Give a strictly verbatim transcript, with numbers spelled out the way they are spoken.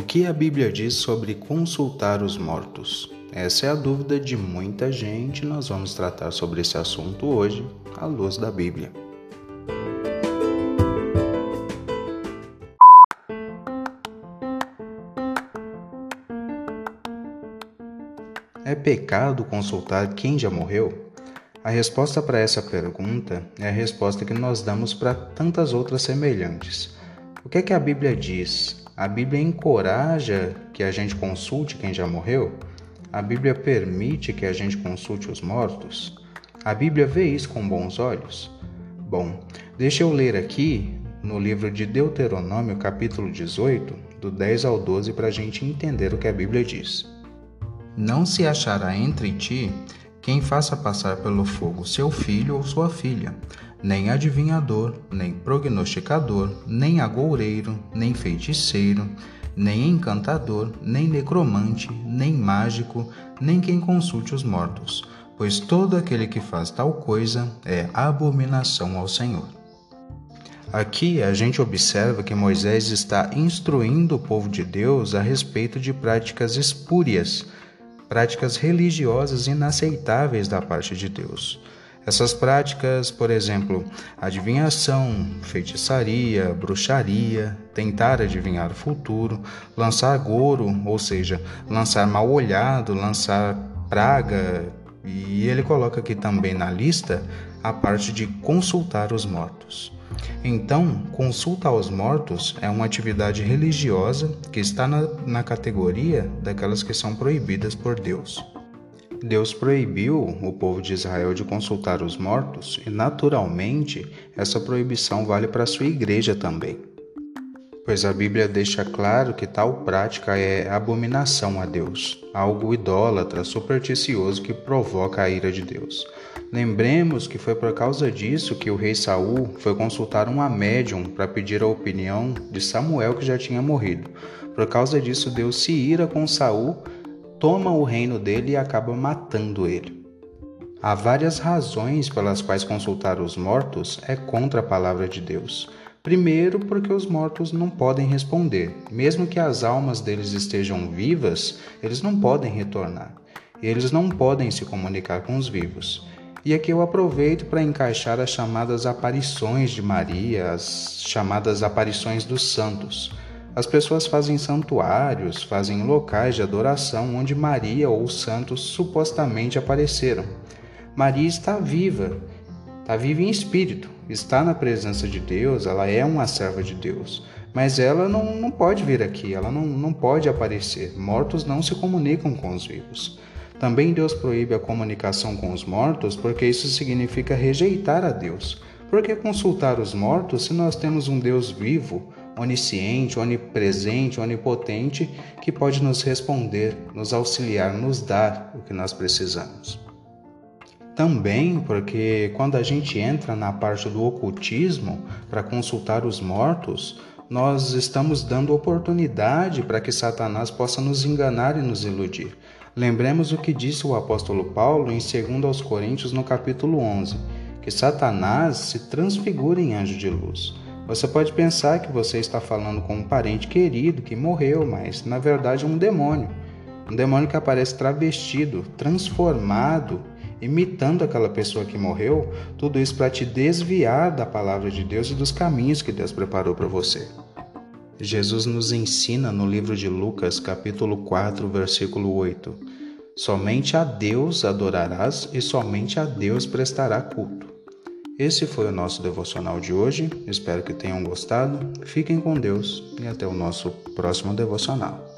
O que a Bíblia diz sobre consultar os mortos? Essa é a dúvida de muita gente e nós vamos tratar sobre esse assunto hoje, à luz da Bíblia. É pecado consultar quem já morreu? A resposta para essa pergunta é a resposta que nós damos para tantas outras semelhantes. O que é que a Bíblia diz? A Bíblia encoraja que a gente consulte quem já morreu? A Bíblia permite que a gente consulte os mortos? A Bíblia vê isso com bons olhos? Bom, deixa eu ler aqui no livro de Deuteronômio, capítulo dezoito, do dez ao doze, para a gente entender o que a Bíblia diz. Não se achará entre ti quem faça passar pelo fogo seu filho ou sua filha, nem adivinhador, nem prognosticador, nem agoureiro, nem feiticeiro, nem encantador, nem necromante, nem mágico, nem quem consulte os mortos, pois todo aquele que faz tal coisa é abominação ao Senhor. Aqui a gente observa que Moisés está instruindo o povo de Deus a respeito de práticas espúrias, práticas religiosas inaceitáveis da parte de Deus. Essas práticas, por exemplo, adivinhação, feitiçaria, bruxaria, tentar adivinhar o futuro, lançar agouro, ou seja, lançar mal-olhado, lançar praga, e ele coloca aqui também na lista a parte de consultar os mortos. Então, consulta aos mortos é uma atividade religiosa que está na, na categoria daquelas que são proibidas por Deus. Deus proibiu o povo de Israel de consultar os mortos e, naturalmente, essa proibição vale para a sua igreja também. Pois a Bíblia deixa claro que tal prática é abominação a Deus, algo idólatra, supersticioso que provoca a ira de Deus. Lembremos que foi por causa disso que o rei Saul foi consultar uma médium para pedir a opinião de Samuel, que já tinha morrido. Por causa disso, Deus se ira com Saul, toma o reino dele e acaba matando ele. Há várias razões pelas quais consultar os mortos é contra a palavra de Deus. Primeiro, porque os mortos não podem responder. Mesmo que as almas deles estejam vivas, eles não podem retornar. E eles não podem se comunicar com os vivos. E aqui eu aproveito para encaixar as chamadas aparições de Maria, as chamadas aparições dos santos. As pessoas fazem santuários, fazem locais de adoração onde Maria ou os santos supostamente apareceram. Maria está viva, está viva em espírito, está na presença de Deus, ela é uma serva de Deus, mas ela não, não pode vir aqui, ela não, não pode aparecer. Mortos não se comunicam com os vivos. Também Deus proíbe a comunicação com os mortos porque isso significa rejeitar a Deus. Por que consultar os mortos se nós temos um Deus vivo, onisciente, onipresente, onipotente, que pode nos responder, nos auxiliar, nos dar o que nós precisamos? Também porque quando a gente entra na parte do ocultismo para consultar os mortos, nós estamos dando oportunidade para que Satanás possa nos enganar e nos iludir. Lembremos o que disse o apóstolo Paulo em dois aos Coríntios, no capítulo onze, que Satanás se transfigura em anjo de luz. Você pode pensar que você está falando com um parente querido que morreu, mas na verdade é um demônio. Um demônio que aparece travestido, transformado, imitando aquela pessoa que morreu, tudo isso para te desviar da palavra de Deus e dos caminhos que Deus preparou para você. Jesus nos ensina no livro de Lucas, capítulo quatro, versículo oito: somente a Deus adorarás e somente a Deus prestará culto. Esse foi o nosso devocional de hoje, espero que tenham gostado, fiquem com Deus e até o nosso próximo devocional.